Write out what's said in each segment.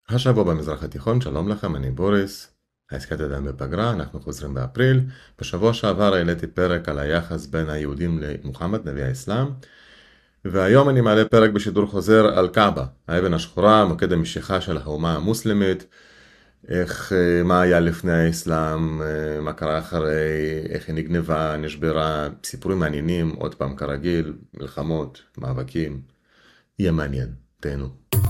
השבוע במזרח התיכון, שלום לכם, אני בוריס. העסקת עדיין בפגרה, אנחנו חוזרים באפריל. בשבוע שעבר העליתי פרק על היחס בין היהודים למוחמד, נביא האסלאם. והיום אני מעלה פרק בשידור חוזר על קעבה, האבן השחורה, מוקד המשיכה של האומה המוסלמית. מה היה לפני האסלאם, מה קרה אחרי, איך היא נגנבה, נשברה, סיפורים מעניינים, עוד פעם כרגיל, מלחמות, מאבקים. יהיה מעניין, תהנו.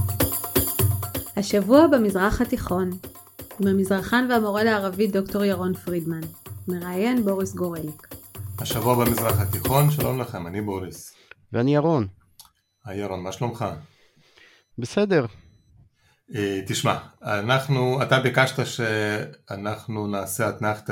השבוע במזרח התיכון, עם המזרחן והמורה לערבית דוקטור ירון פרידמן, מראיין בוריס גורליק. השבוע במזרח התיכון, שלום לכם, אני בוריס. ואני ירון. היי ירון, מה שלומך? בסדר. תשמע, אתה ביקשת שאנחנו נעשה אתנחתא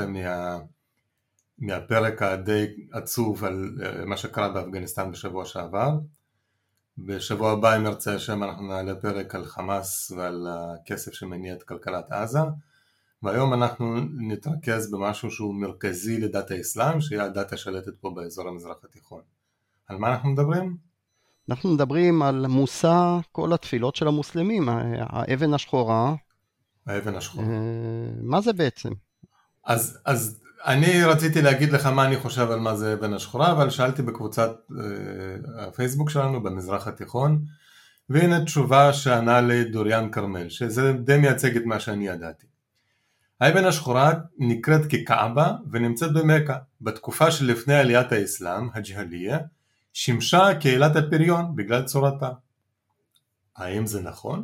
מהפרק הדי עצוב על מה שקרה באפגניסטן בשבוע שעבר. בשבוע הבא, אם ירצה השם, אנחנו נעלה פרק על חמאס ועל הכסף שמניע את כלכלת עזה. והיום אנחנו נתרכז במשהו שהוא מרכזי לדת האסלאם, שהיא הדת השלטת פה באזור המזרח התיכון. על מה אנחנו מדברים? אנחנו מדברים על מושא כל התפילות של המוסלמים, האבן השחורה. האבן השחורה. מה זה בעצם? אז אני רציתי להגיד לך מה אני חושב על מה זה אבן השחורה, אבל שאלתי בקבוצת הפייסבוק שלנו במזרח התיכון, והנה תשובה שענה לדוריאן קרמל, שזה די מייצג את מה שאני ידעתי. האבן השחורה נקראת כקעבה ונמצאת במכה. בתקופה שלפני עליית האסלאם, הג'הליה, שימשה קהילת הפריון בגלל צורתה. האם זה נכון?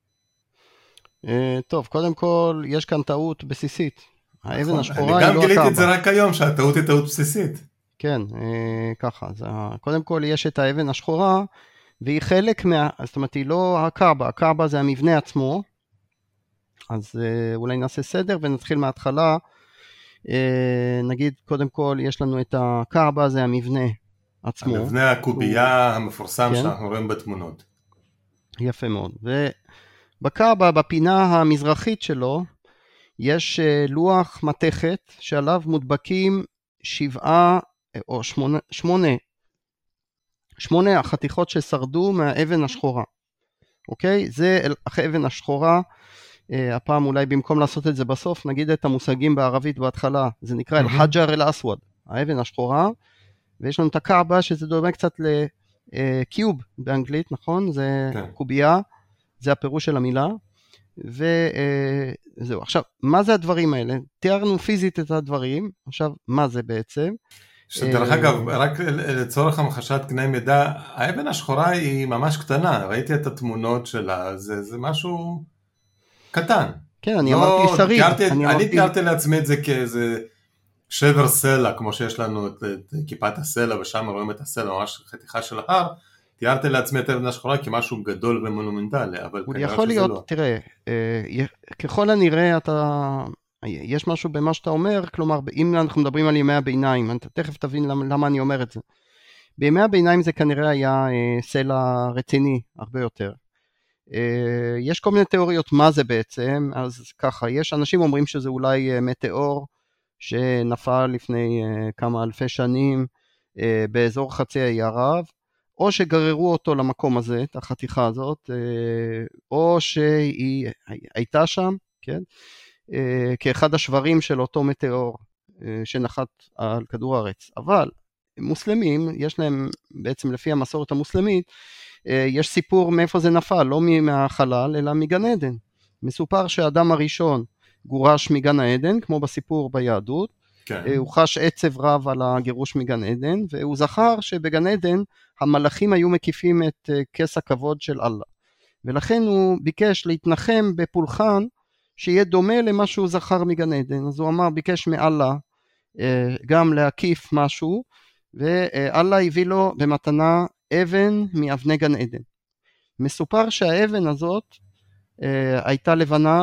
טוב, קודם כל יש כאן טעות בסיסית. האבן השחורה היא לא הקעבה. אני גם גיליתי את זה הקעבה. רק היום, שהטעות היא טעות בסיסית. כן, ככה. קודם כל יש את האבן השחורה, והיא חלק זאת אומרת, היא לא הקעבה. הקעבה זה המבנה עצמו. אז אולי נעשה סדר ונתחיל מההתחלה. נגיד, קודם כל יש לנו את הקעבה, זה המבנה עצמו. המבנה הקובייה המפורסם שאנחנו רואים בתמונות. יפה מאוד. ובקעבה, בפינה המזרחית שלו, יש לוח מתכת שעליו מודבקים 8 החתיכות ששרדו מהאבן השחורה. אוקיי? זה האבן השחורה. הפעם אולי במקום לעשות את זה בסוף, נגיד את המושגים בערבית בהתחלה. זה נקרא אל-חג'ר אל-אסווד, האבן השחורה. ויש לנו את הקעבה שזה דומה קצת לקיוב באנגלית, נכון? זה קובייה, זה הפירוש של המילה. וזהו. עכשיו, מה זה הדברים האלה? תיארנו פיזית את הדברים, עכשיו, מה זה בעצם? שדרך אגב, רק לצורך המחשת קנה מידע, האבן השחורה היא ממש קטנה, ראיתי את התמונות שלה, זה משהו קטן. כן, אני אמרתי שריד. אני תיארתי לעצמי את זה כאיזה שבר סלע, כמו שיש לנו את כיפת הסלע, ושם רואים את הסלע, ממש חתיכה של ההר, תיארתי לעצמי את האבן השחורה כמשהו גדול ומונומנטלי, אבל הוא יכול להיות, לא. תראה, ככל הנראה יש משהו במה שאתה אומר, כלומר, אם אנחנו מדברים על ימי הביניים, אתה תכף תבין למה אני אומר את זה. בימי הביניים זה כנראה היה סלע רציני הרבה יותר. יש כל מיני תיאוריות מה זה בעצם, אז ככה, יש אנשים אומרים שזה אולי מטאור, שנפל לפני כמה אלפי שנים באזור חצי האי ערב, או שגררו אותו למקום הזה, את החתיכה הזאת, או שהיא הייתה שם, כן? כאחד השברים של אותו מטאור שנחת על כדור הארץ. אבל מוסלמים, יש להם בעצם לפי המסורת המוסלמית, יש סיפור מאיפה זה נפל, לא מהחלל, אלא מגן עדן. מסופר שהאדם הראשון גורש מגן העדן, כמו בסיפור ביהדות, כן. הוא חש עצב רב על הגירוש מגן עדן, והוא זכר שבגן עדן המלאכים היו מקיפים את כס הכבוד של אללה. ולכן הוא ביקש להתנחם בפולחן שיהיה דומה למה שהוא זכר מגן עדן. אז הוא אמר, ביקש מאללה גם להקיף משהו, ואללה הביא לו במתנה אבן מאבני גן עדן. מסופר שהאבן הזאת הייתה לבנה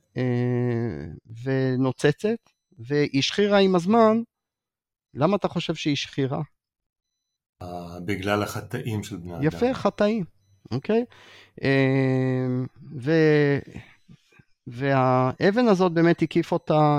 ונוצצת, והיא שחירה עם הזמן. למה אתה חושב שהיא שחירה? בגלל החטאים של בני אדם. יפה, חטאים. אוקיי? והאבן הזאת באמת הקיף אותה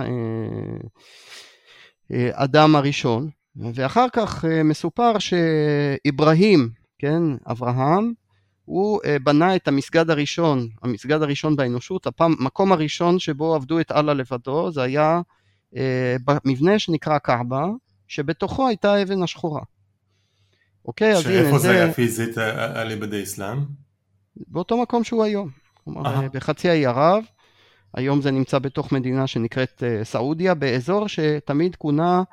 אדם הראשון, ואחר כך מסופר שאברהם, כן, אברהם, הוא בנה את המסגד הראשון באנושות, המקום הראשון שבו עבדו את אללה לבדו, זה היה במבנה שנקרא קעבה, שבתוכו הייתה האבן השחורה. אוקיי, אז שאיפה זה היה פיזית על ידי אסלאם? באותו מקום שהוא היום, כלומר בחצי האי ערב, היום זה נמצא בתוך מדינה שנקראת סעודיה, באזור שתמיד כונה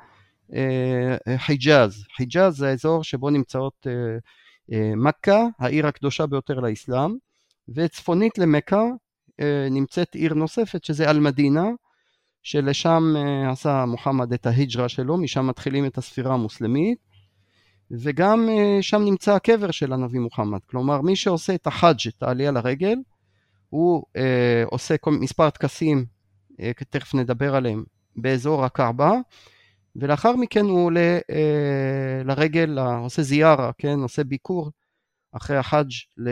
חיג'אז. חיג'אז זה האזור שבו נמצאות מקה, העיר הקדושה ביותר לאסלאם, וצפונית למקה נמצאת עיר נוספת שזה אל-מדינה, שלשם עשה מוחמד את ההיג'רה שלו, משם מתחילים את הספירה המוסלמית, וגם שם נמצא הקבר של הנביא מוחמד. כלומר, מי שעושה את החאג', את העלייה לרגל, הוא עושה מספר טקסים, תכף נדבר עליהם, באזור הקעבה, ולאחר מכן הוא עולה לרגל, עושה זיארה, כן? עושה ביקור אחרי החאג'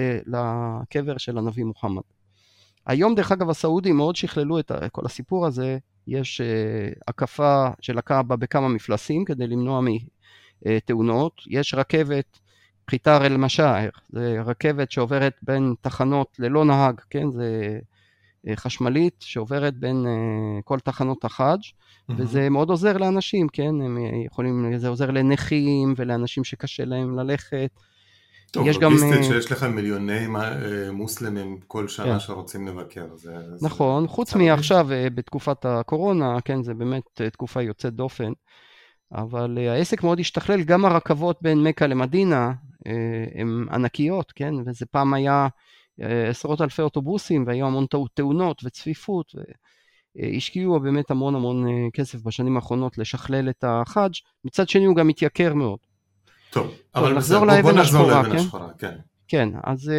לקבר של הנביא מוחמד. היום דרך אגב הסעודים מאוד שכללו את כל הסיפור הזה, יש הקפה של הקעבה בכמה מפלסים כדי למנוע מתאונות, יש רכבת חיתר אל משאער, זה רכבת שעוברת בין תחנות ללא נהג, כן? זה חשמלית שעוברת בין כל תחנות החאג' וזה מאוד עוזר לאנשים, כן? הם יכולים, זה עוזר לנכים ולאנשים שקשה להם ללכת. טוב, לוגיסטית שיש לך מיליוני מוסלמים כל שנה שרוצים לבקר. נכון, חוץ מעכשיו בתקופת הקורונה, כן, זה באמת תקופה יוצאת דופן, אבל העסק מאוד השתכלל, גם הרכבות בין מקה למדינה הן ענקיות, כן, וזה פעם היה עשרות אלפי אוטובוסים, והיו המון תאונות וצפיפות, והשקיעו באמת המון כסף בשנים האחרונות לשכלל את החאג', מצד שני הוא גם מתייקר מאוד. טוב, אבל נחזור לאבן השחורה, כן? כן, אז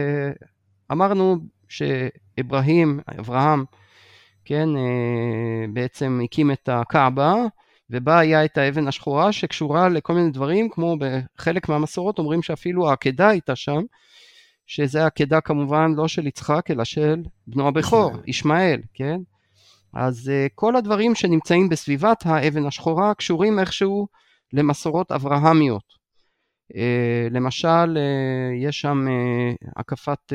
אמרנו שאברהם, כן, בעצם הקים את הקעבה, ובה היה את האבן השחורה שקשורה לכל מיני דברים, כמו בחלק מהמסורות אומרים שאפילו העקדה הייתה שם, שזה העקדה כמובן לא של יצחק, אלא של בנו הבכור, ישמעאל, כן? אז כל הדברים שנמצאים בסביבת האבן השחורה קשורים איכשהו למסורות אברהמיות. למשל, יש שם הקפת,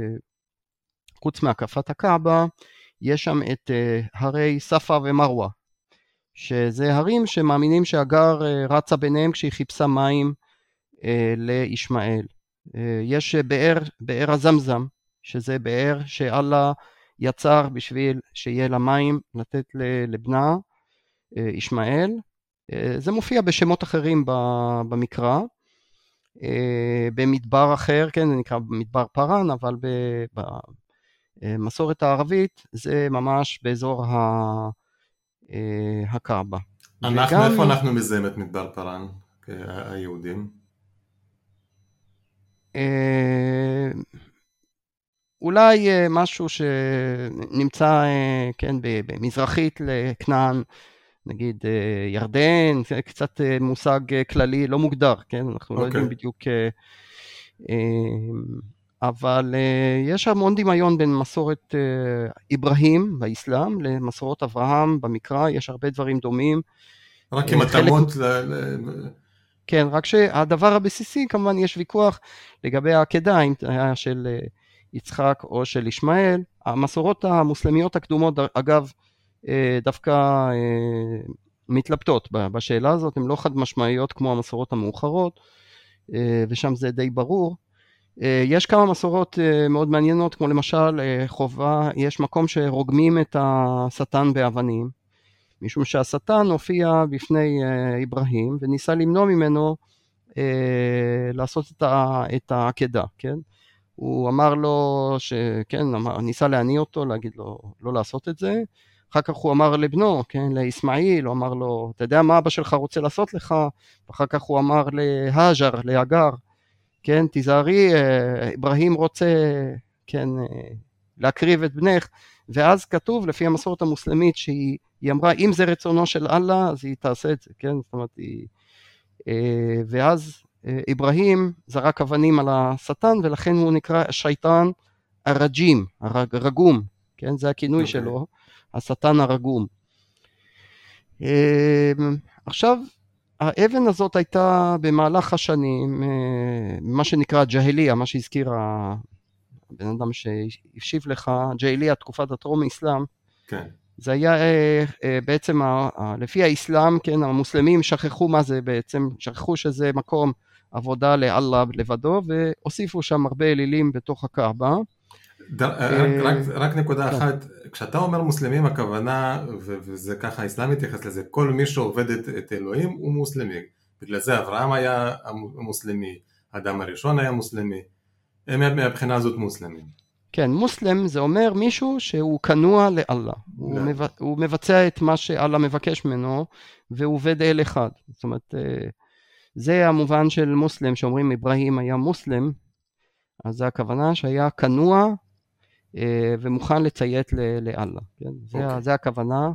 חוץ מהקפת הקעבה, יש שם את הרי ספה ומרווה, שזה הרים שמאמינים שהגר רצה ביניהם כשהיא חיפשה מים לישמעאל. יש באר הזמזם, שזה באר שאללה יצר בשביל שיהיה לה מים לתת לבנה ישמעאל. זה מופיע בשמות אחרים במקרא, במדבר אחר, כן, זה נקרא מדבר פרן, אבל במסורת הערבית זה ממש באזור הקעבה. איפה אנחנו מזהים את מדבר פרן, היהודים? אולי משהו שנמצא, כן, במזרחית לכנען, נגיד ירדן, זה קצת מושג כללי, לא מוגדר, כן? אנחנו לא יודעים בדיוק, אבל יש המון דמיון בין מסורת אברהם באסלאם למסורות אברהם במקרא, יש הרבה דברים דומים. רק עם התאמות כן, רק שהדבר הבסיסי, כמובן יש ויכוח לגבי העקדה, אם היה של יצחק או של ישמעאל. המסורות המוסלמיות הקדומות, אגב, דווקא מתלבטות בשאלה הזאת, הן לא חד משמעיות כמו המסורות המאוחרות, ושם זה די ברור. יש כמה מסורות מאוד מעניינות, כמו למשל חובה, יש מקום שרוגמים את השטן באבנים, משום שהשטן הופיע בפני אברהם, וניסה למנוע ממנו לעשות את העקדה, כן? הוא אמר לו, כן, ניסה להניע אותו, להגיד לו לא לעשות את זה, אחר כך הוא אמר לבנו, כן, לישמעאל, הוא אמר לו, אתה יודע מה אבא שלך רוצה לעשות לך? ואחר כך הוא אמר להג'ר, להגר, כן, תיזהרי, אברהם רוצה, כן, להקריב את בנך, ואז כתוב לפי המסורת המוסלמית שהיא אמרה, אם זה רצונו של אללה, אז היא תעשה את זה, כן, זאת אומרת, ואז אברהם זרק אבנים על השטן, ולכן הוא נקרא השייטן הרג'ים, הרגום, כן, זה הכינוי שלו, השטן הרגום. עכשיו, האבן הזאת הייתה במהלך השנים, מה שנקרא ג'היליה, מה שהזכיר הבן אדם שהפשיב לך, ג'היליה, תקופת הטרום האסלאם, כן. זה היה בעצם, לפי האסלאם, כן, המוסלמים שכחו מה זה בעצם, שכחו שזה מקום עבודה לאללה לבדו, והוסיפו שם הרבה אלילים בתוך הקעבה. רק נקודה אחת, כשאתה אומר מוסלמים הכוונה, וזה ככה האסלאם מתייחס לזה, כל מי שעובד את אלוהים הוא מוסלמי, בגלל זה אברהם היה מוסלמי, האדם הראשון היה מוסלמי, הם מהבחינה הזאת מוסלמים. כן, מוסלם זה אומר מישהו שהוא כנוע לאללה, הוא מבצע את מה שאללה מבקש ממנו, והוא עובד אל אחד, זאת אומרת, זה המובן של מוסלם, שאומרים אברהם היה מוסלם, אז זה הכוונה שהיה כנוע, ומוכן לציית לאללה, כן? זה הכוונה,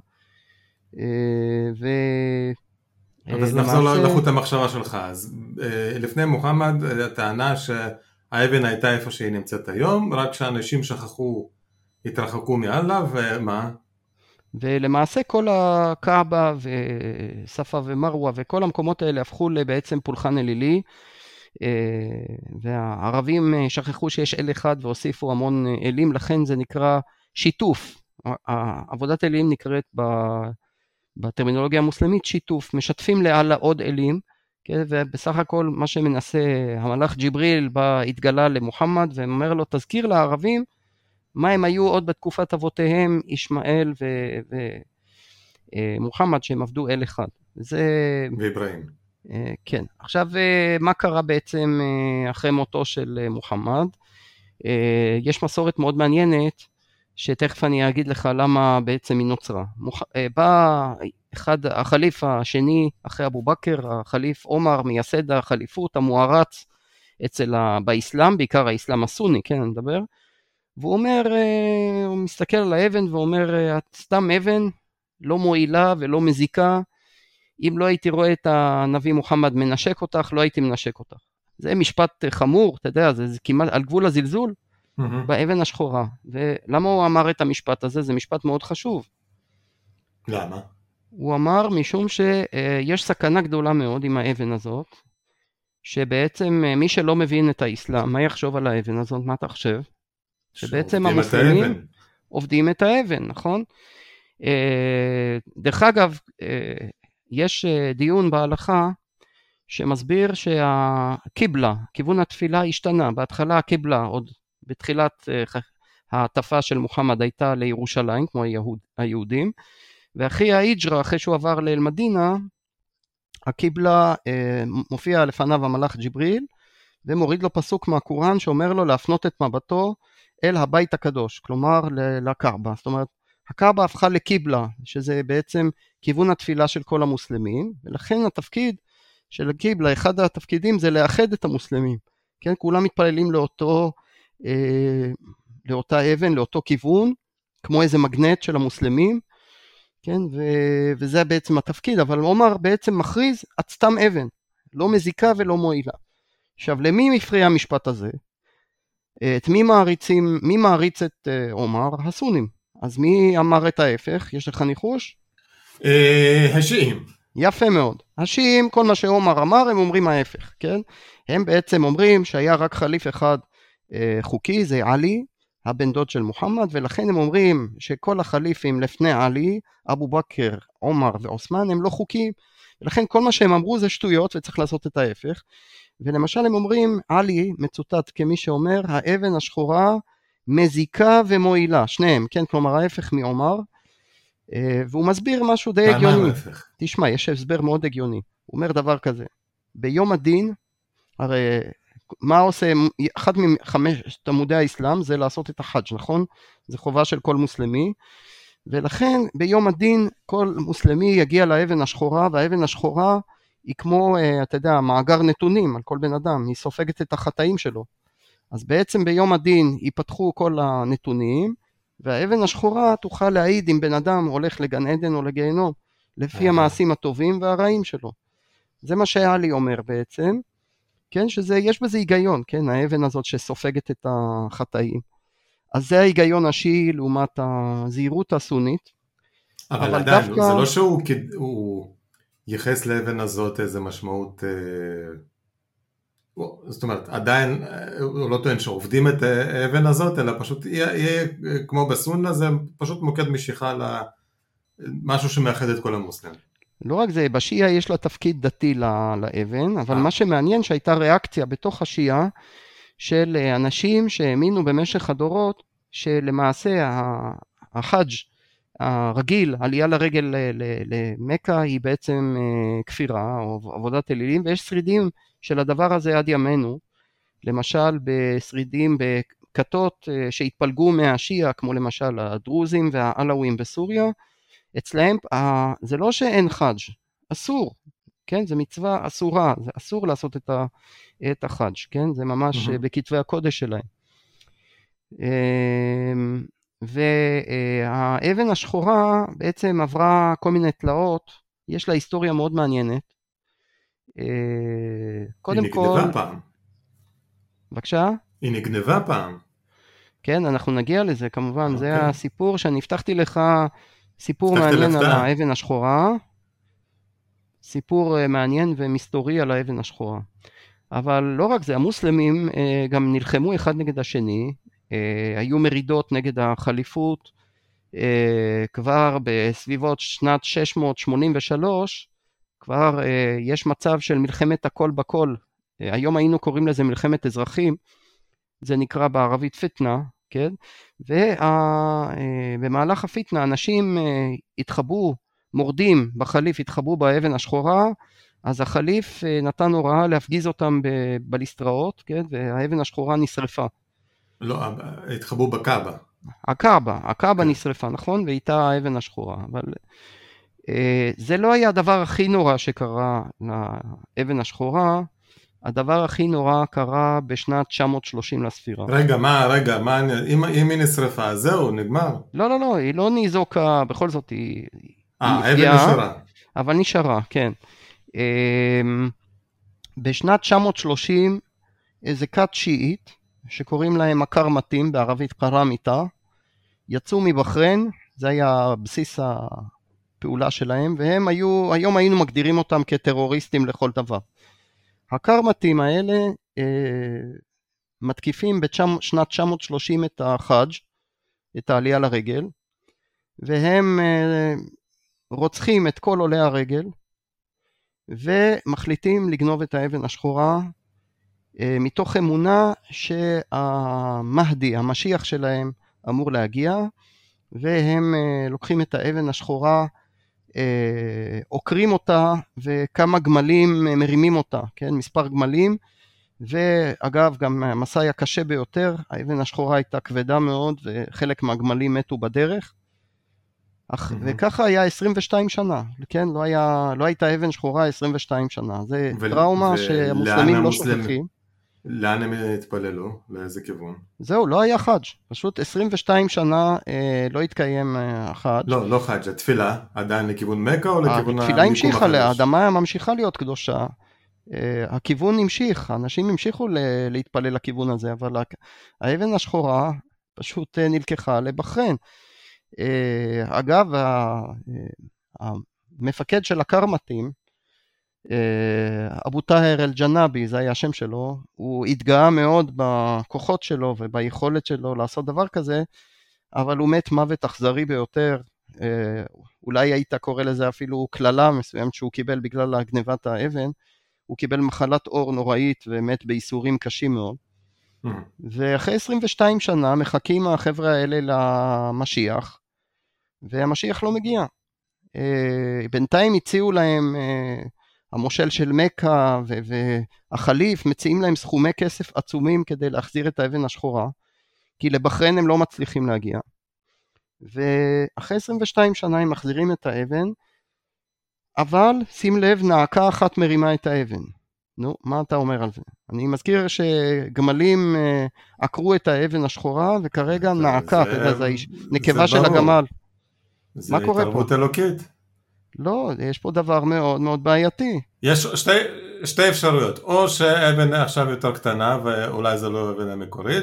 אז נחזור לחוט המחשבה שלך. אז לפני מוחמד הטענה שהאבן הייתה איפה שהיא נמצאת היום, רק שאנשים שכחו, התרחקו מאללה, ומה? ולמעשה כל הקעבה וספה ומרווה וכל המקומות האלה הפכו לבעצם פולחן אלילי, והערבים שכחו שיש אל אחד והוסיפו המון אלים, לכן זה נקרא שיתוף. עבודת אלים נקראת בטרמינולוגיה המוסלמית שיתוף, משתפים לאללה עוד אלים, ובסך הכל מה שמנסה המלאך ג'יבריל התגלה למוחמד ואומר לו תזכיר לערבים מה הם היו עוד בתקופת אבותיהם ישמעאל ומוחמד שהם עבדו אל אחד. ואברהים. כן, עכשיו מה קרה בעצם אחרי מותו של מוחמד? יש מסורת מאוד מעניינת שתכף אני אגיד לך למה בעצם היא נוצרה. בא החליף השני אחרי אבו בכר, החליף עומר, מייסד החליפות המוערץ באסלאם, בעיקר האסלאם הסוני, כן אני מדבר, והוא אומר, הוא מסתכל על האבן ואומר, את סתם אבן, לא מועילה ולא מזיקה, אם לא הייתי רואה את הנביא מוחמד מנשק אותך, לא הייתי מנשק אותך. זה משפט חמור, אתה יודע, זה כמעט על גבול הזלזול, באבן השחורה. ולמה הוא אמר את המשפט הזה? זה משפט מאוד חשוב. למה? הוא אמר משום שיש סכנה גדולה מאוד עם האבן הזאת, שבעצם מי שלא מבין את האסלאם, מה יחשוב על האבן הזאת? מה אתה חושב? שבעצם המוסלמים עובדים את האבן, נכון? דרך אגב, יש דיון בהלכה שמסביר שהקיבלה, כיוון התפילה השתנה. בהתחלה הקיבלה, עוד בתחילת העטפה של מוחמד הייתה לירושלים, כמו היהודים, ואחרי ההיג'רה, אחרי שהוא עבר לאל מדינה, הקיבלה מופיע לפניו המלאך ג'יבריל, ומוריד לו פסוק מהקוראן שאומר לו להפנות את מבטו אל הבית הקדוש, כלומר לקעבה. זאת אומרת, הקעבה הפכה לקיבלה, שזה בעצם כיוון התפילה של כל המוסלמים, ולכן התפקיד של הקיבלה, אחד התפקידים זה לאחד את המוסלמים, כן? כולם מתפללים לאותה אבן, לאותו כיוון, כמו איזה מגנט של המוסלמים, כן? וזה בעצם התפקיד, אבל עומר בעצם מכריז, את סתם אבן, לא מזיקה ולא מועילה. עכשיו, למי מפריע המשפט הזה? את מי מעריץ את עומר? הסונים. אז מי אמר את ההפך? יש לך ניחוש? השיעים. יפה מאוד. השיעים, כל מה שעומר אמר, הם אומרים ההפך, כן? הם בעצם אומרים שהיה רק חליף אחד חוקי, זה עלי, הבן דוד של מוחמד, ולכן הם אומרים שכל החליפים לפני עלי, אבו בכר, עומר ועוסמן, הם לא חוקיים, ולכן כל מה שהם אמרו זה שטויות וצריך לעשות את ההפך. ולמשל הם אומרים, עלי מצוטט כמי שאומר, האבן השחורה מזיקה ומועילה, שניהם, כן, כלומר ההפך מעומר, והוא מסביר משהו די הגיוני. תשמע, יש הסבר מאוד הגיוני. הוא אומר דבר כזה, ביום הדין, הרי מה עושה, אחד מחמש תלמודי האסלאם זה לעשות את החאג', נכון? זה חובה של כל מוסלמי, ולכן ביום הדין כל מוסלמי יגיע לאבן השחורה, והאבן השחורה היא כמו, אתה יודע, מאגר נתונים על כל בן אדם, היא סופגת את החטאים שלו. אז בעצם ביום הדין ייפתחו כל הנתונים, והאבן השחורה תוכל להעיד אם בן אדם הולך לגן עדן או לגיהנום, לפי המעשים הטובים והרעים שלו. זה מה שעלי אומר בעצם, כן, יש בזה היגיון, כן, האבן הזאת שסופגת את החטאים. אז זה ההיגיון השיעי לעומת הזהירות הסונית. אבל עדיין, דווקא... זה לא שהוא ייחס לאבן הזאת איזה משמעות, זאת אומרת, עדיין הוא לא טוען שעובדים את האבן הזאת, אלא פשוט יהיה כמו בסונה, זה פשוט מוקד משיכה למשהו שמאחד את כל המוסלמים. לא רק זה, בשיעה יש לה תפקיד דתי לאבן, אבל מה שמעניין שהייתה ריאקציה בתוך השיעה של אנשים שהאמינו במשך הדורות, שלמעשה החאג' הרגיל, עלייה לרגל למכה היא בעצם כפירה או עבודת אלילים, ויש שרידים של הדבר הזה עד ימינו, למשל בשרידים בכתות שהתפלגו מהשיעה, כמו למשל הדרוזים והעלווים בסוריה, אצלהם זה לא שאין חאג', אסור, כן? זה מצווה אסורה, זה אסור לעשות את החאג', כן? זה ממש בכתבי הקודש שלהם. והאבן השחורה בעצם עברה כל מיני תלאות, יש לה היסטוריה מאוד מעניינת. קודם כל... היא נגנבה פעם. בבקשה? היא נגנבה פעם. כן, אנחנו נגיע לזה כמובן, זה הסיפור שאני הבטחתי לך, סיפור מעניין על האבן השחורה, סיפור מעניין ומסתורי על האבן השחורה. אבל לא רק זה, המוסלמים גם נלחמו אחד נגד השני, היו מרידות נגד החליפות, כבר בסביבות שנת 683, כבר יש מצב של מלחמת הכל בכל, היום היינו קוראים לזה מלחמת אזרחים, זה נקרא בערבית פיטנה, כן? ובמהלך הפיטנה אנשים התחבאו, מורדים בחליף התחבאו באבן השחורה, אז החליף נתן הוראה להפגיז אותם בבליסטראות, כן? והאבן השחורה נשרפה. לא, התחבאו בקאבה. הקאבה נשרפה, נכון? ואיתה האבן השחורה, אבל זה לא היה הדבר הכי נורא שקרה לאבן השחורה, הדבר הכי נורא קרה בשנת 930 לספירה. רגע, אם היא נשרפה, זהו, נגמר. לא, היא לא ניזוקה, בכל זאת היא האבן נשארה. אבל נשארה, כן. בשנת 930, איזה כת שיעית, שקוראים להם הקרמטים, בערבית קרמיטה, יצאו מבחריין, זה היה בסיס הפעולה שלהם, והם היום היינו מגדירים אותם כטרוריסטים לכל דבר. הקרמטים האלה מתקיפים בשנת 930 את החאג', את העלייה לרגל, והם רוצחים את כל עולי הרגל, ומחליטים לגנוב את האבן השחורה, מתוך אמונה שהמהדי, המשיח שלהם, אמור להגיע, והם לוקחים את האבן השחורה, עוקרים אותה, וכמה גמלים מרימים אותה, כן? מספר גמלים, ואגב גם המסע היה קשה ביותר, האבן השחורה הייתה כבדה מאוד, וחלק מהגמלים מתו בדרך, וככה היה 22 שנה, כן? לא הייתה אבן שחורה 22 שנה, זה טראומה שהמוסלמים לא שוכחים. לאן הם התפללו? לאיזה כיוון? זהו, לא היה חאג', פשוט 22 שנה לא התקיים החאג'. לא חאג', התפילה עדיין לכיוון מכה או לכיוון התפילה המשיכה, האדמה ממשיכה להיות קדושה, הכיוון המשיך, האנשים המשיכו להתפלל לכיוון הזה, אבל האבן השחורה פשוט נלקחה לבחריין. אגב, המפקד של הקרמטים, אבו טאהר אל-ג'נאבי, זה היה השם שלו, הוא התגאה מאוד בכוחות שלו וביכולת שלו לעשות דבר כזה, אבל הוא מת מוות אכזרי ביותר, אולי היית קורא לזה אפילו כללה מסוימת שהוא קיבל בגלל גנבת האבן, הוא קיבל מחלת אור נוראית ומת בייסורים קשים מאוד, ואחרי 22 שנה מחכים החבר'ה האלה למשיח, והמשיח לא מגיע. בינתיים הציעו להם, המושל של מכה והחליף מציעים להם סכומי כסף עצומים כדי להחזיר את האבן השחורה, כי לבחריין הם לא מצליחים להגיע. ואחרי 22 שנה הם מחזירים את האבן, אבל שים לב, נעקה אחת מרימה את האבן. נו, מה אתה אומר על זה? אני מזכיר שגמלים עקרו את האבן השחורה, וכרגע נעקה, אתה יודע, זה נקבה של הגמל. מה קורה פה? זה התערבות אלוקית. לא, יש פה דבר מאוד מאוד בעייתי. יש שתי אפשרויות, או שאבן עכשיו יותר קטנה, ואולי זה לא אבן המקורית,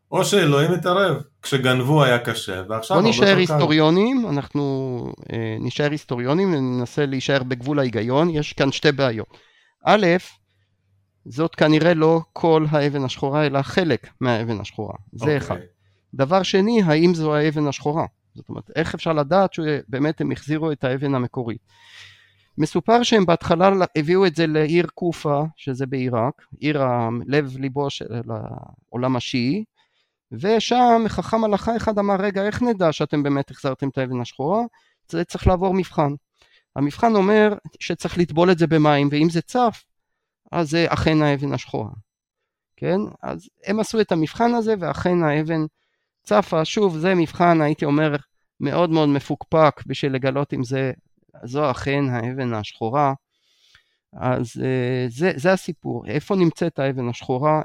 או שאלוהים מתערב, כשגנבו היה קשה, ועכשיו בוא הרבה נשאר יותר קל. היסטוריונים, אנחנו נשאר היסטוריונים וננסה להישאר בגבול ההיגיון. יש כאן שתי בעיות. א', זאת כנראה לא כל האבן השחורה, אלא חלק מהאבן השחורה. זה אחד. דבר שני, האם זו האבן השחורה? זאת אומרת, איך אפשר לדעת שבאמת הם החזירו את האבן המקורית? מסופר שהם בהתחלה הביאו את זה לעיר קופה, שזה בעיראק, עיר לב ליבו של העולם השיעי, ושם חכם הלכה אחד אמר, רגע, איך נדע שאתם באמת החזרתם את האבן השחורה? זה צריך לעבור מבחן. המבחן אומר שצריך לטבול את זה במים, ואם זה צף, אז זה אכן האבן השחורה. כן? אז הם עשו את המבחן הזה, ואכן האבן צפה. שוב, זה מבחן, הייתי אומר, מאוד מאוד מפוקפק, בשביל לגלות אם זו אכן האבן השחורה. אז זה הסיפור. איפה נמצאת האבן השחורה?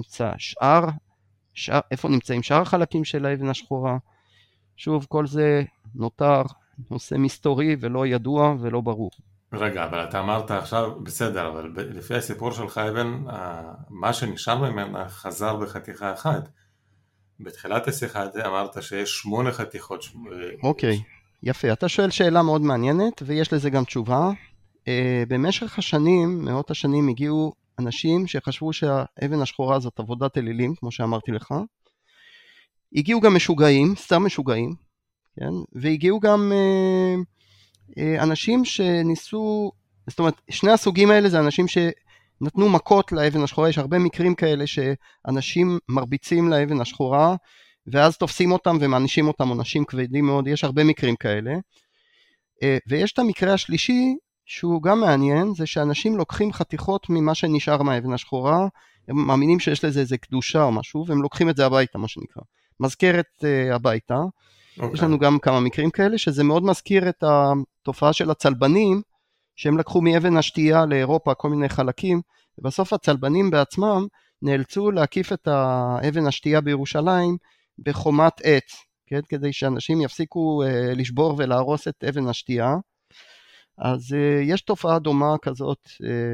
איפה נמצאים שאר החלקים של האבן השחורה? שוב, כל זה נותר נושא מסתורי ולא ידוע ולא ברור. רגע, אבל אתה אמרת עכשיו, בסדר, אבל לפי הסיפור שלך, אבן, מה שנשאר ממנה חזר בחתיכה אחת. בתחילת השיחה אמרת שיש 8 חתיכות. אוקיי, יפה. אתה שואל שאלה מאוד מעניינת, ויש לזה גם תשובה. במשך השנים, מאות השנים, הגיעו אנשים שחשבו שהאבן השחורה זאת עבודת אלילים, כמו שאמרתי לך. הגיעו גם משוגעים, סתם משוגעים, כן? והגיעו גם אנשים שניסו, זאת אומרת, שני הסוגים האלה זה אנשים שנתנו מכות לאבן השחורה. יש הרבה מקרים כאלה שאנשים מרביצים לאבן השחורה, ואז תופסים אותם ומענישים אותם עונשים כבדים מאוד. יש הרבה מקרים כאלה. ויש את המקרה השלישי, שהוא גם מעניין, זה שאנשים לוקחים חתיכות ממה שנשאר מהאבן השחורה, הם מאמינים שיש לזה איזה קדושה או משהו, והם לוקחים את זה הביתה, מה שנקרא. מזכרת הביתה. יש לנו גם כמה מקרים כאלה, שזה מאוד מזכיר את התופעה של הצלבנים, שהם לקחו מאבן השתייה לאירופה כל מיני חלקים, ובסוף הצלבנים בעצמם נאלצו להקיף את האבן השתייה בירושלים בחומת עץ, כן? כדי שאנשים יפסיקו לשבור ולהרוס את אבן השתייה. אז יש תופעה דומה כזאת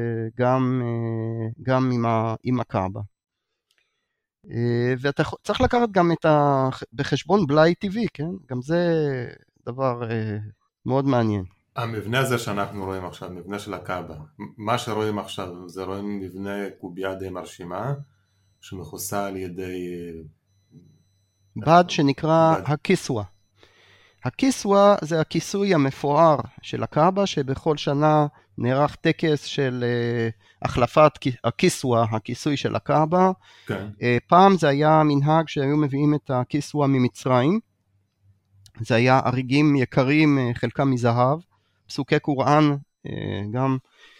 גם עם הקאבה. ואתה צריך לקחת גם בחשבון בלאי טבעי, כן? גם זה דבר מאוד מעניין. המבנה הזה שאנחנו רואים עכשיו, מבנה של הקאבה, מה שרואים עכשיו, זה רואים מבנה קובייה די מרשימה, שמכוסה על ידי בד שנקרא הקיסווה. הקיסווה זה הכיסוי המפואר של הקאבה, שבכל שנה נערך טקס של החלפת הקיסווה, הכיסוי של הקאבה. כן. פעם זה היה מנהג שהיו מביאים את הקיסווה ממצרים, זה היה אריגים יקרים, חלקם מזהב, פסוקי קוראן גם,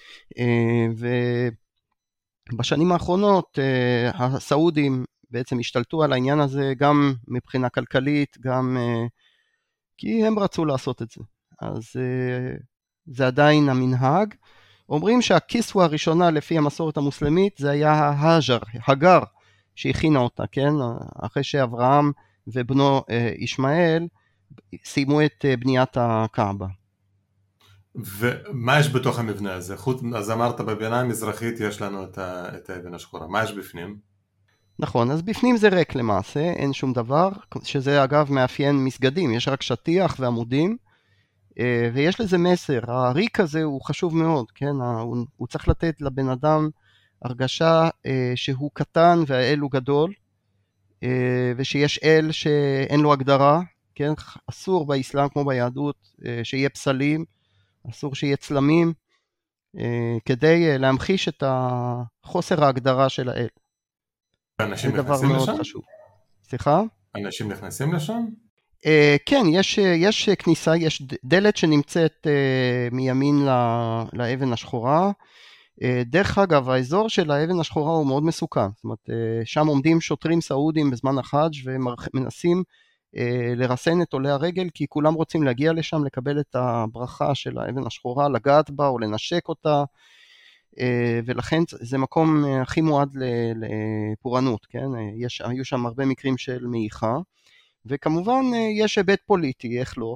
ובשנים האחרונות הסעודים בעצם השתלטו על העניין הזה, גם מבחינה כלכלית, גם כי הם רצו לעשות את זה. אז זה עדיין המנהג. אומרים שהקיסווה הראשונה לפי המסורת המוסלמית, זה היה הגר שהכינה אותה, כן? אחרי שאברהם ובנו ישמעאל סיימו את בניית הקאבה. ומה יש בתוך המבנה הזה? אז אמרת בבינה המזרחית יש לנו את האבן השחורה. מה יש בפנים? נכון, אז בפנים זה ריק למעשה, אין שום דבר, שזה אגב מאפיין מסגדים, יש רק שטיח ועמודים, ויש לזה מסר. הריק הזה הוא חשוב מאוד, כן? הוא צריך לתת לבן אדם הרגשה שהוא קטן והאל הוא גדול, ושיש אל שאין לו הגדרה, כן? אסור באסלאם כמו ביהדות שיהיה פסלים, אסור שיהיה צלמים, כדי להמחיש את חוסר ההגדרה של האל. אנשים נכנסים לשם? חשוב. סליחה? אנשים נכנסים לשם? כן, יש כניסה, יש דלת שנמצאת מימין לאבן השחורה. דרך אגב, האזור של האבן השחורה הוא מאוד מסוכן. זאת אומרת, שם עומדים שוטרים סעודים בזמן החאג' ומנסים לרסן את עולי הרגל, כי כולם רוצים להגיע לשם, לקבל את הברכה של האבן השחורה, לגעת בה או לנשק אותה, ולכן זה מקום הכי מועד לפורענות, כן? היו שם הרבה מקרים של מעיכה, וכמובן יש היבט פוליטי, איך לא.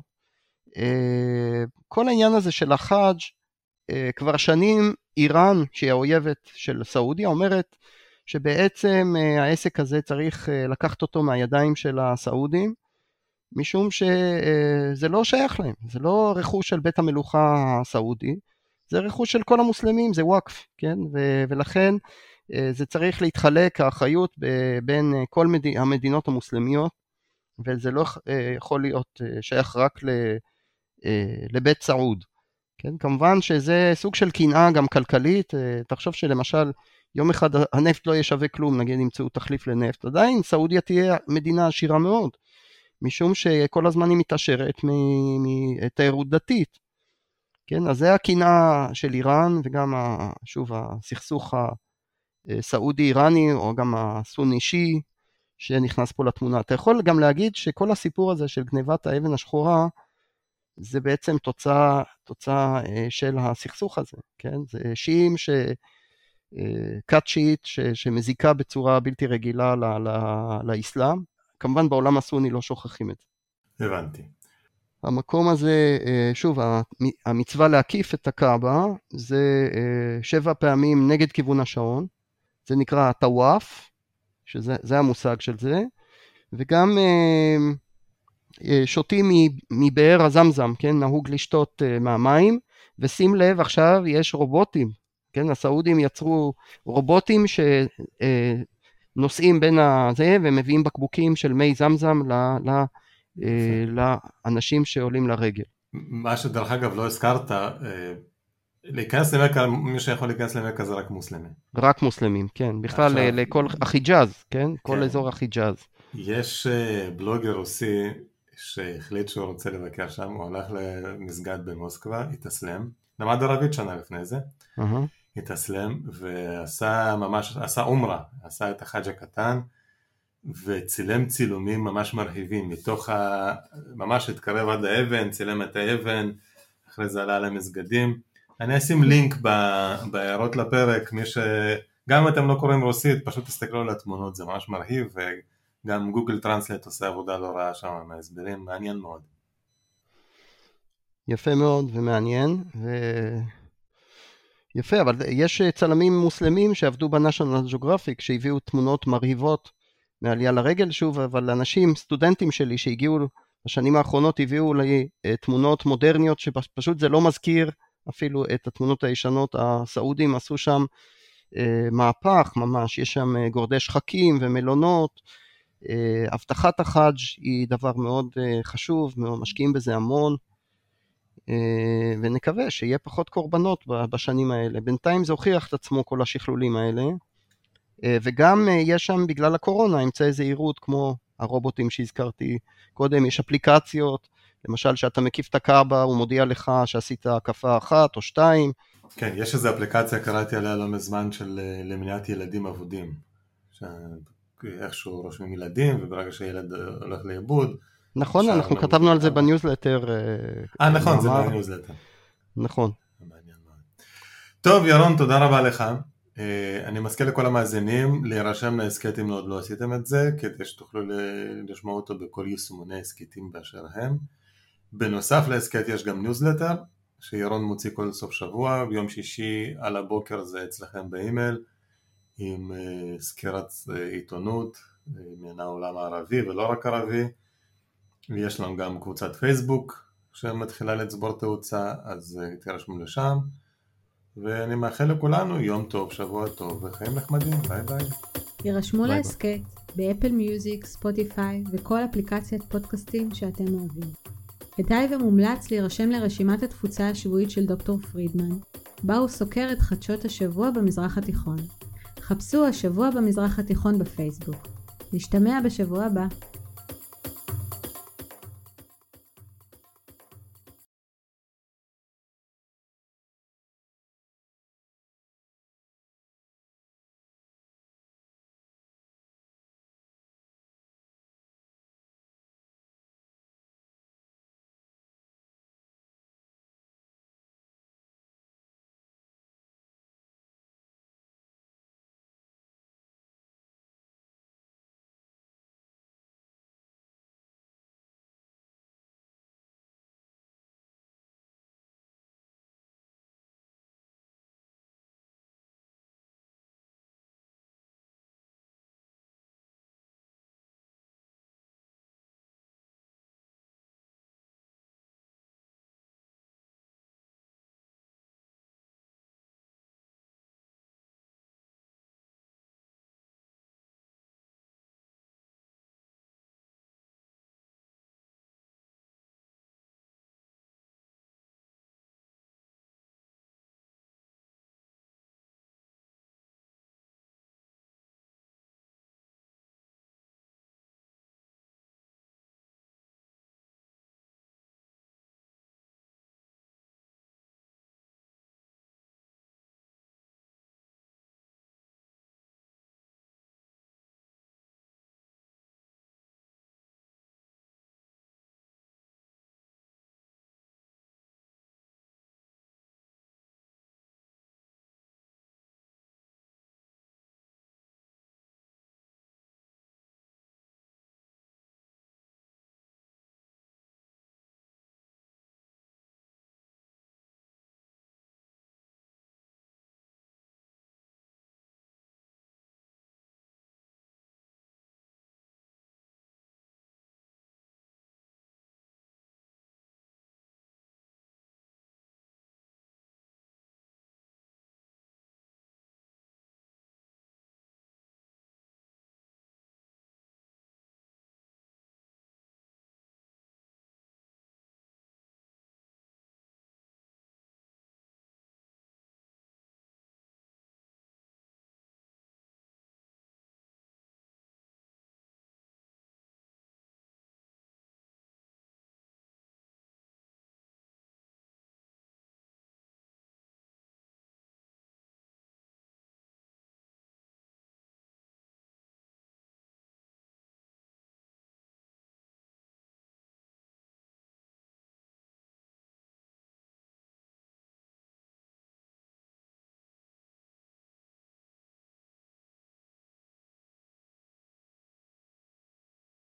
כל העניין הזה של החאג' כבר שנים איראן, שהיא האויבת של סעודיה, אומרת שבעצם העסק הזה צריך לקחת אותו מהידיים של הסעודים, משום שזה לא שייך להם, זה לא רכוש של בית המלוכה הסעודי, זה רכוש של כל המוסלמים, זה וואקף, כן? ולכן זה צריך להתחלק האחריות בין כל המדינות המוסלמיות, וזה לא יכול להיות שייך רק לבית סעוד. כן? כמובן שזה סוג של קנאה גם כלכלית, תחשוב שלמשל יום אחד הנפט לא ישווה כלום, נגיד נמצאו תחליף לנפט, עדיין סעודיה תהיה מדינה עשירה מאוד, משום שכל הזמן היא מתעשרת מתיירות דתית. כן? אז זה הקנאה של איראן, וגם שוב הסכסוך הסעודי-איראני, או גם הסוני-שי, שנכנס פה לתמונה. אתה יכול גם להגיד שכל הסיפור הזה של גניבת האבן השחורה, זה בעצם תוצאה של הסכסוך הזה, כן? זה שיעים כת שיעית שמזיקה בצורה בלתי רגילה לאסלאם. כמובן בעולם הסוני לא שוכחים את זה. הבנתי. המקום הזה, שוב, המצווה להקיף את הקאבה, זה 7 פעמים נגד כיוון השעון, זה נקרא טוואף, שזה המושג של זה, וגם שותים מבאר הזמזם, כן, נהוג לשתות מהמים, ושים לב עכשיו יש רובוטים, כן, הסעודים יצרו רובוטים שנוסעים בין הזה, ומביאים בקבוקים של מי זמזם לאנשים שעולים לרגל. מה שדרך אגב לא הזכרת, להיכנס למכה, מי שיכול להיכנס למכה זה רק מוסלמים. רק מוסלמים, כן, בכלל לכל החיג'אז, כן, כל אזור החיג'אז. יש בלוגר רוסי שהחליט שהוא רוצה לבקר שם, הוא הלך למסגד במוסקבה, התאסלם, למד ערבית שנה לפני זה, התאסלם ועשה ממש, עשה עומרה, עשה את החאג' הקטן, וצילם צילומים ממש מרהיבים, מתוך ממש התקרב עד האבן, צילם את האבן, אחרי זה עלה למסגדים. אני אשים לינק בהערות לפרק, גם אם אתם לא קוראים רוסית, פשוט תסתכלו על התמונות, זה ממש מרהיב, וגם גוגל טרנסלייט עושה עבודה לא רעה שם, מהסברים, מעניין מאוד. יפה מאוד ומעניין, יפה, אבל יש צלמים מוסלמים שעבדו בנשיונל ג'יאוגרפיק, שהביאו תמונות מרהיבות מעלייה לרגל שוב, אבל אנשים, סטודנטים שלי שהגיעו בשנים האחרונות, הביאו לי תמונות מודרניות, שפשוט זה לא מזכיר אפילו את התמונות הישנות. הסעודים עשו שם מהפך ממש, יש שם גורדי שחקים ומלונות, הבטחת החאג' היא דבר מאוד חשוב, משקיעים בזה המון, ונקווה שיהיה פחות קורבנות בשנים האלה. בינתיים זה הוכיח את עצמו כל השכלולים האלה, וגם יש שם בגלל הקורונה אמצעי זהירות כמו הרובוטים שהזכרתי קודם, יש אפליקציות, למשל שאתה מקיף את הקאבה הוא מודיע לך שעשית הקפה 1 או 2. כן, יש איזו אפליקציה, קראתי עליה לא מזמן, של למניעת ילדים אבודים, שאיכשהו רושמים ילדים וברגע שהילד הולך לאיבוד. נכון, אנחנו כתבנו על זה בניוזלטר. נכון, זה בניוזלטר. נכון. טוב ירון, תודה רבה לך. אני מזכיר לכל המאזינים להירשם להסקט אם עוד לא עשיתם את זה, כדי שתוכלו לשמוע אותו בכל יישומוני הסקטים באשר הם. בנוסף להסקט יש גם ניוזלטר שירון מוציא כל סוף שבוע, ביום שישי על הבוקר זה אצלכם באימייל, עם סקירת עיתונות מן העולם הערבי ולא רק ערבי, ויש לנו גם קבוצת פייסבוק שמתחילה לצבור תאוצה, אז תירשמו לשם, ואני מאחל לכולנו יום טוב, שבוע טוב וחיים נחמדים. ביי ביי. יירשמו להסקט באפל מיוזיק, ספוטיפיי וכל אפליקציית פודקאסטים שאתם אוהבים. כדאי ומומלץ להירשם לרשימת התפוצה השבועית של דוקטור פרידמן, בה הוא סוקר את חדשות השבוע במזרח התיכון. חפשו השבוע במזרח התיכון בפייסבוק. נשתמע בשבוע הבא.